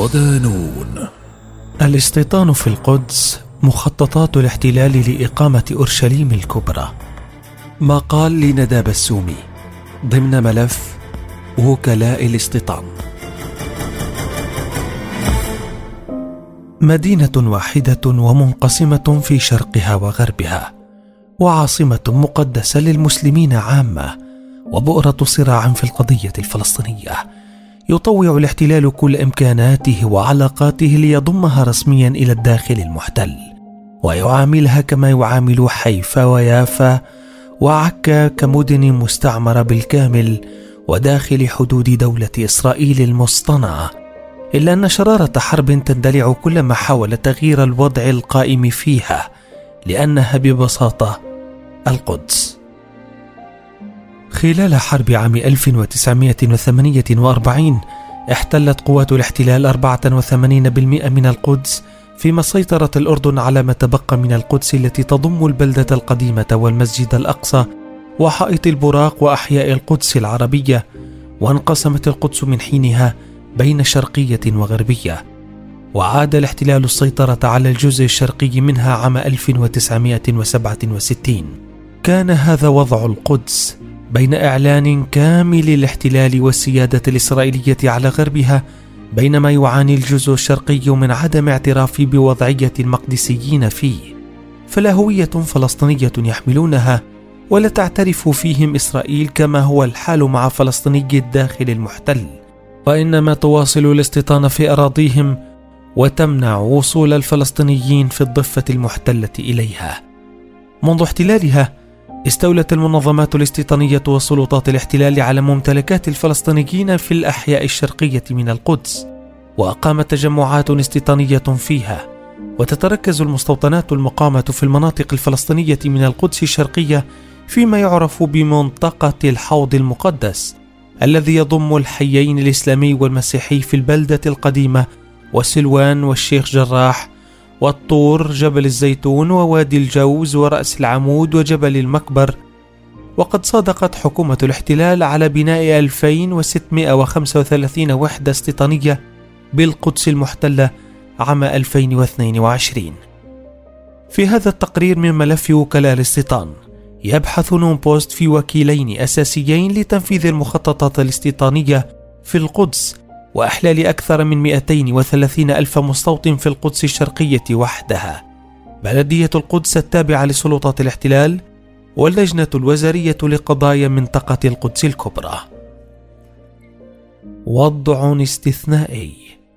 صدانون. الاستيطان في القدس، مخططات الاحتلال لإقامة أورشليم الكبرى. مقال لندى بسومي ضمن ملف وكلاء الاستيطان. مدينة واحدة ومنقسمة في شرقها وغربها، وعاصمة مقدسة للمسلمين عامة، وبؤرة صراع في القضية الفلسطينية. يطوع الاحتلال كل إمكاناته وعلاقاته ليضمها رسميا إلى الداخل المحتل، ويعاملها كما يعامل حيفا ويافا وعكا كمدن مستعمرة بالكامل وداخل حدود دولة إسرائيل المصطنعة. إلا أن شرارة حرب تندلع كلما حاول تغيير الوضع القائم فيها، لأنها ببساطة القدس. خلال حرب عام 1948 احتلت قوات الاحتلال 84% من القدس، فيما سيطرت الأردن على ما تبقى من القدس التي تضم البلدة القديمة والمسجد الأقصى وحائط البراق وأحياء القدس العربية. وانقسمت القدس من حينها بين شرقية وغربية، وعاد الاحتلال السيطرة على الجزء الشرقي منها عام 1967. كان هذا وضع القدس بين إعلان كامل الاحتلال والسيادة الإسرائيلية على غربها، بينما يعاني الجزء الشرقي من عدم اعتراف بوضعية المقدسيين فيه، فلا هوية فلسطينية يحملونها ولا تعترف فيهم إسرائيل كما هو الحال مع فلسطيني الداخل المحتل، وإنما تواصل الاستيطان في أراضيهم وتمنع وصول الفلسطينيين في الضفة المحتلة إليها. منذ احتلالها استولت المنظمات الاستيطانية وسلطات الاحتلال على ممتلكات الفلسطينيين في الأحياء الشرقية من القدس، وأقامت تجمعات استيطانية فيها، وتتركز المستوطنات المقامة في المناطق الفلسطينية من القدس الشرقية فيما يعرف بمنطقة الحوض المقدس، الذي يضم الحيين الإسلامي والمسيحي في البلدة القديمة، وسلوان والشيخ جراح والطور، جبل الزيتون ووادي الجوز ورأس العمود وجبل المكبر. وقد صادقت حكومة الاحتلال على بناء 2635 وحدة استيطانية بالقدس المحتلة عام 2022. في هذا التقرير من ملف وكلاء الاستيطان، يبحث نون بوست في وكيلين أساسيين لتنفيذ المخططات الاستيطانية في القدس وأحلال أكثر من 230 ألف مستوطن في القدس الشرقية وحدها: بلدية القدس التابعة لسلطات الاحتلال، واللجنة الوزارية لقضايا منطقة القدس الكبرى. وضع استثنائي.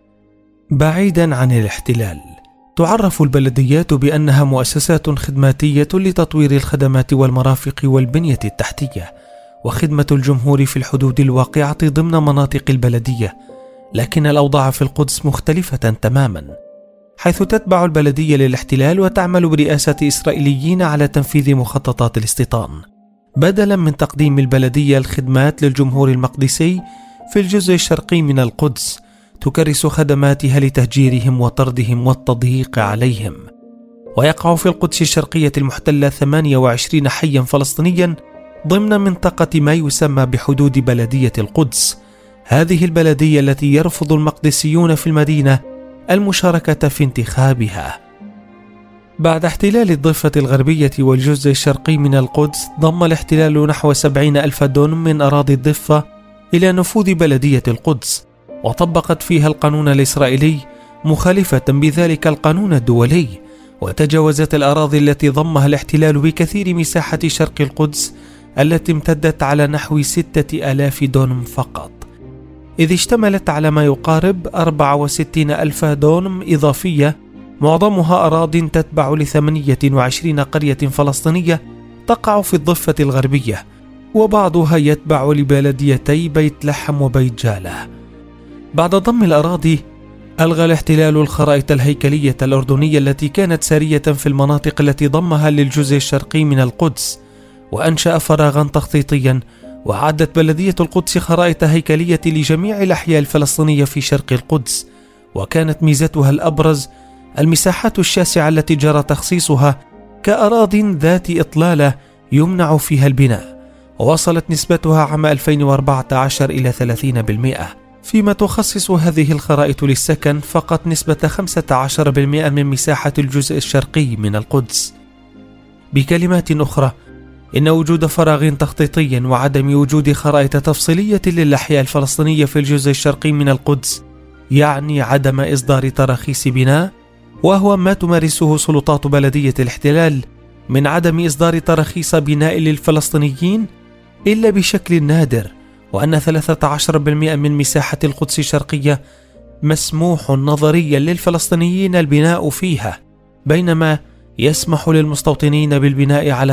بعيدا عن الاحتلال، تعرف البلديات بأنها مؤسسات خدماتية لتطوير الخدمات والمرافق والبنية التحتية وخدمة الجمهور في الحدود الواقعة ضمن مناطق البلدية. لكن الأوضاع في القدس مختلفة تماما، حيث تتبع البلدية للاحتلال وتعمل برئاسة إسرائيليين على تنفيذ مخططات الاستيطان، بدلا من تقديم البلدية الخدمات للجمهور المقدسي في الجزء الشرقي من القدس. تكرس خدماتها لتهجيرهم وطردهم والتضييق عليهم. ويقع في القدس الشرقية المحتلة 28 حيا فلسطينيا ضمن منطقة ما يسمى بحدود بلدية القدس، هذه البلدية التي يرفض المقدسيون في المدينة المشاركة في انتخابها. بعد احتلال الضفة الغربية والجزء الشرقي من القدس، ضم الاحتلال نحو 70 ألف دونم من أراضي الضفة إلى نفوذ بلدية القدس، وطبقت فيها القانون الإسرائيلي مخالفة بذلك القانون الدولي، وتجاوزت الأراضي التي ضمها الاحتلال بكثير مساحة شرق القدس التي امتدت على نحو 6000 دونم فقط، إذ اشتملت على ما يقارب 64 ألف دونم إضافية، معظمها أراضٍ تتبع ل28 قرية فلسطينية تقع في الضفة الغربية، وبعضها يتبع لبلديتي بيت لحم وبيت جالة. بعد ضم الأراضي، ألغى الاحتلال الخرائط الهيكلية الأردنية التي كانت سارية في المناطق التي ضمها للجزء الشرقي من القدس، وأنشأ فراغا تخطيطيا، وأعدت بلدية القدس خرائط هيكلية لجميع الأحياء الفلسطينية في شرق القدس. وكانت ميزتها الأبرز المساحات الشاسعة التي جرى تخصيصها كأراضٍ ذات إطلالة يمنع فيها البناء، ووصلت نسبتها عام 2014 إلى 30%. فيما تخصص هذه الخرائط للسكن فقط نسبة 15% من مساحة الجزء الشرقي من القدس. بكلمات أخرى، إن وجود فراغ تخطيطي وعدم وجود خرائط تفصيلية للأحياء الفلسطينية في الجزء الشرقي من القدس يعني عدم إصدار تراخيص بناء، وهو ما تمارسه سلطات بلدية الاحتلال من عدم إصدار تراخيص بناء للفلسطينيين إلا بشكل نادر، وأن 13% من مساحة القدس الشرقية مسموح نظريا للفلسطينيين البناء فيها، بينما يسمح للمستوطنين بالبناء على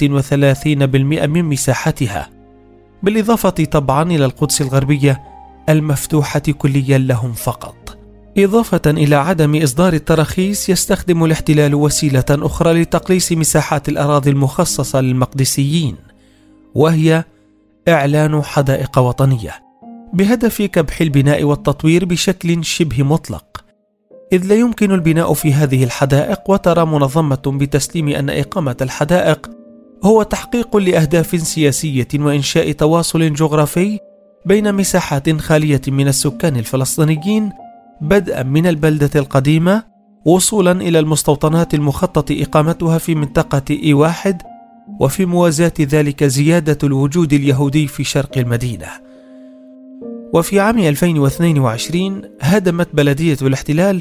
35% من مساحتها، بالإضافة طبعا إلى القدس الغربية المفتوحة كليا لهم فقط. إضافة إلى عدم إصدار التراخيص، يستخدم الاحتلال وسيلة أخرى لتقليص مساحات الأراضي المخصصة للمقدسيين، وهي إعلان حدائق وطنية بهدف كبح البناء والتطوير بشكل شبه مطلق، إذ لا يمكن البناء في هذه الحدائق. وترى منظمة بتسليم أن إقامة الحدائق هو تحقيق لأهداف سياسية وإنشاء تواصل جغرافي بين مساحات خالية من السكان الفلسطينيين، بدءا من البلدة القديمة وصولا إلى المستوطنات المخطط إقامتها في منطقة E1، وفي موازاة ذلك زيادة الوجود اليهودي في شرق المدينة. وفي عام 2022 هدمت بلدية الاحتلال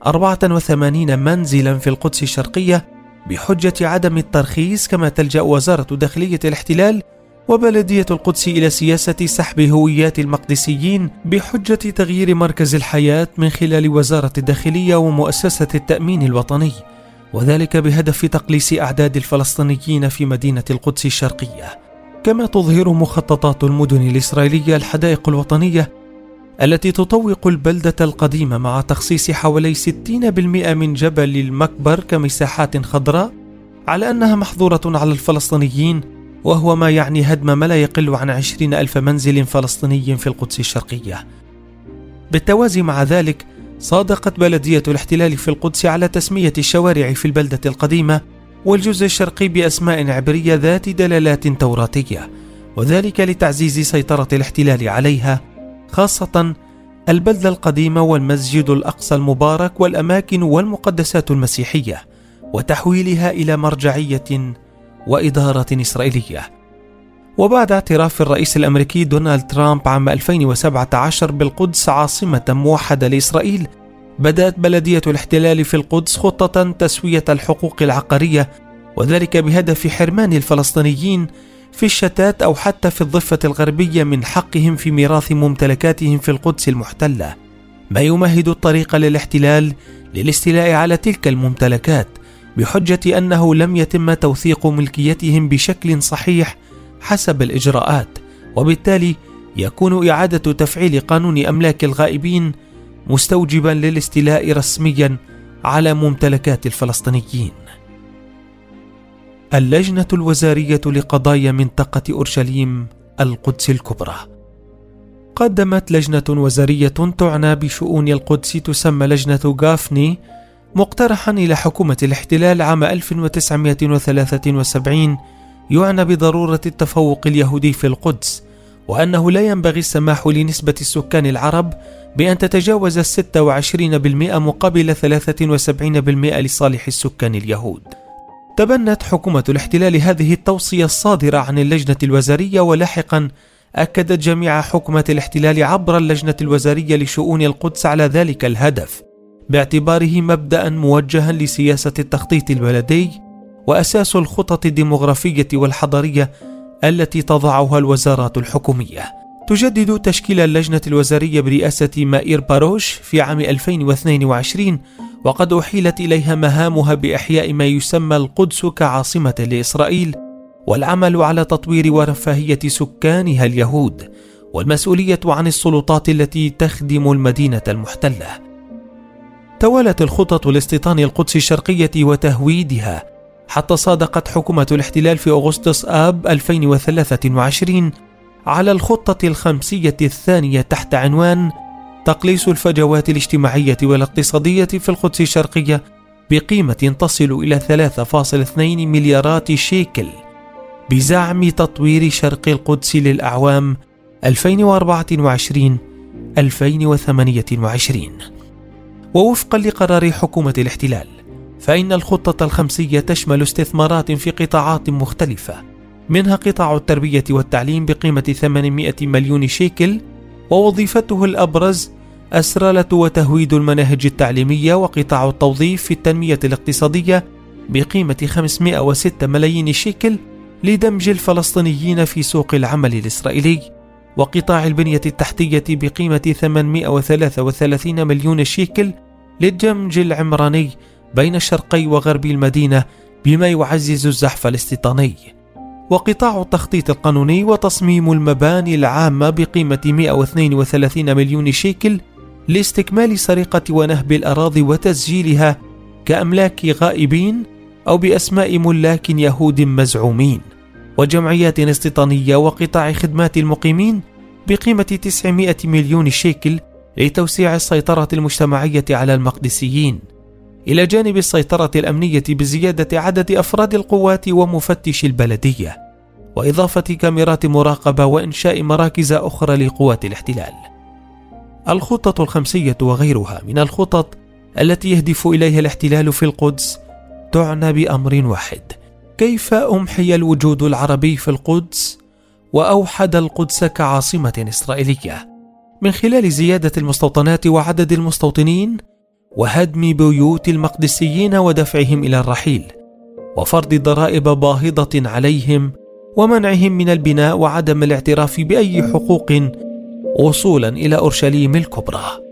84 منزلا في القدس الشرقية بحجة عدم الترخيص، كما تلجأ وزارة داخلية الاحتلال وبلدية القدس إلى سياسة سحب هويات المقدسيين بحجة تغيير مركز الحياة من خلال وزارة الداخلية ومؤسسة التأمين الوطني، وذلك بهدف تقليص أعداد الفلسطينيين في مدينة القدس الشرقية. كما تظهر مخططات المدن الإسرائيلية الحدائق الوطنية التي تطوق البلدة القديمة مع تخصيص حوالي 60% من جبل المكبر كمساحات خضراء، على أنها محظورة على الفلسطينيين، وهو ما يعني هدم ما لا يقل عن 20,000 منزل فلسطيني في القدس الشرقية. بالتوازي مع ذلك، صادقت بلدية الاحتلال في القدس على تسمية الشوارع في البلدة القديمة والجزء الشرقي بأسماء عبرية ذات دلالات توراتية، وذلك لتعزيز سيطرة الاحتلال عليها، خاصة البلدة القديمة والمسجد الأقصى المبارك والأماكن والمقدسات المسيحية، وتحويلها إلى مرجعية وإدارة إسرائيلية. وبعد اعتراف الرئيس الأمريكي دونالد ترامب عام 2017 بالقدس عاصمة موحدة لإسرائيل، بدأت بلدية الاحتلال في القدس خطة تسوية الحقوق العقارية، وذلك بهدف حرمان الفلسطينيين في الشتات أو حتى في الضفة الغربية من حقهم في ميراث ممتلكاتهم في القدس المحتلة، ما يمهد الطريق للاحتلال للاستيلاء على تلك الممتلكات بحجة أنه لم يتم توثيق ملكيتهم بشكل صحيح حسب الإجراءات، وبالتالي يكون إعادة تفعيل قانون أملاك الغائبين مستوجبا للاستيلاء رسميا على ممتلكات الفلسطينيين. اللجنة الوزارية لقضايا منطقة أورشليم القدس الكبرى قدمت لجنة وزارية تعنى بشؤون القدس تسمى لجنة غافني مقترحا إلى حكومة الاحتلال عام 1973 يعنى بضرورة التفوق اليهودي في القدس، وأنه لا ينبغي السماح لنسبة السكان العرب بأن تتجاوز 26% مقابل 73% لصالح السكان اليهود. تبنت حكومة الاحتلال هذه التوصية الصادرة عن اللجنة الوزارية، ولاحقا أكدت جميع حكومة الاحتلال عبر اللجنة الوزارية لشؤون القدس على ذلك الهدف، باعتباره مبدأ موجها لسياسة التخطيط البلدي وأساس الخطط الديمغرافية والحضارية التي تضعها الوزارات الحكومية. تجدد تشكيل اللجنة الوزارية برئاسة مائير باروش في عام 2022، وقد أحيلت إليها مهامها بإحياء ما يسمى القدس كعاصمة لإسرائيل، والعمل على تطوير ورفاهية سكانها اليهود، والمسؤولية عن السلطات التي تخدم المدينة المحتلة. توالت الخطط لاستيطان القدس الشرقية وتهويدها حتى صادقت حكومة الاحتلال في أغسطس آب 2023 على الخطة الخمسية الثانية تحت عنوان تقليص الفجوات الاجتماعية والاقتصادية في القدس الشرقية بقيمة تصل إلى 3.2 مليارات شيكل، بزعم تطوير شرق القدس للأعوام 2024 2028. ووفقا لقرار حكومة الاحتلال، فإن الخطة الخمسية تشمل استثمارات في قطاعات مختلفة، منها قطاع التربية والتعليم بقيمة 800 مليون شيكل، ووظيفته الأبرز أسرلة وتهويد المناهج التعليمية، وقطاع التوظيف في التنمية الاقتصادية بقيمة 506 ملايين شيكل لدمج الفلسطينيين في سوق العمل الإسرائيلي، وقطاع البنية التحتية بقيمة 833 مليون شيكل للدمج العمراني بين شرقي وغربي المدينة بما يعزز الزحف الاستيطاني، وقطاع التخطيط القانوني وتصميم المباني العامة بقيمة 132 مليون شيكل لاستكمال سرقة ونهب الأراضي وتسجيلها كأملاك غائبين أو بأسماء ملاك يهود مزعومين، وجمعيات استيطانية وقطاع خدمات المقيمين بقيمة 900 مليون شيكل لتوسيع السيطرة المجتمعية على المقدسيين، إلى جانب السيطرة الأمنية بزيادة عدد أفراد القوات ومفتش البلدية، وإضافة كاميرات مراقبة وإنشاء مراكز أخرى لقوات الاحتلال. الخطة الخمسية وغيرها من الخطط التي يهدف إليها الاحتلال في القدس تعنى بأمر واحد: كيف أمحي الوجود العربي في القدس وأوحد القدس كعاصمة إسرائيلية، من خلال زيادة المستوطنات وعدد المستوطنين، وهدم بيوت المقدسيين ودفعهم إلى الرحيل، وفرض ضرائب باهظة عليهم، ومنعهم من البناء وعدم الاعتراف بأي حقوق وصولا إلى أورشليم الكبرى.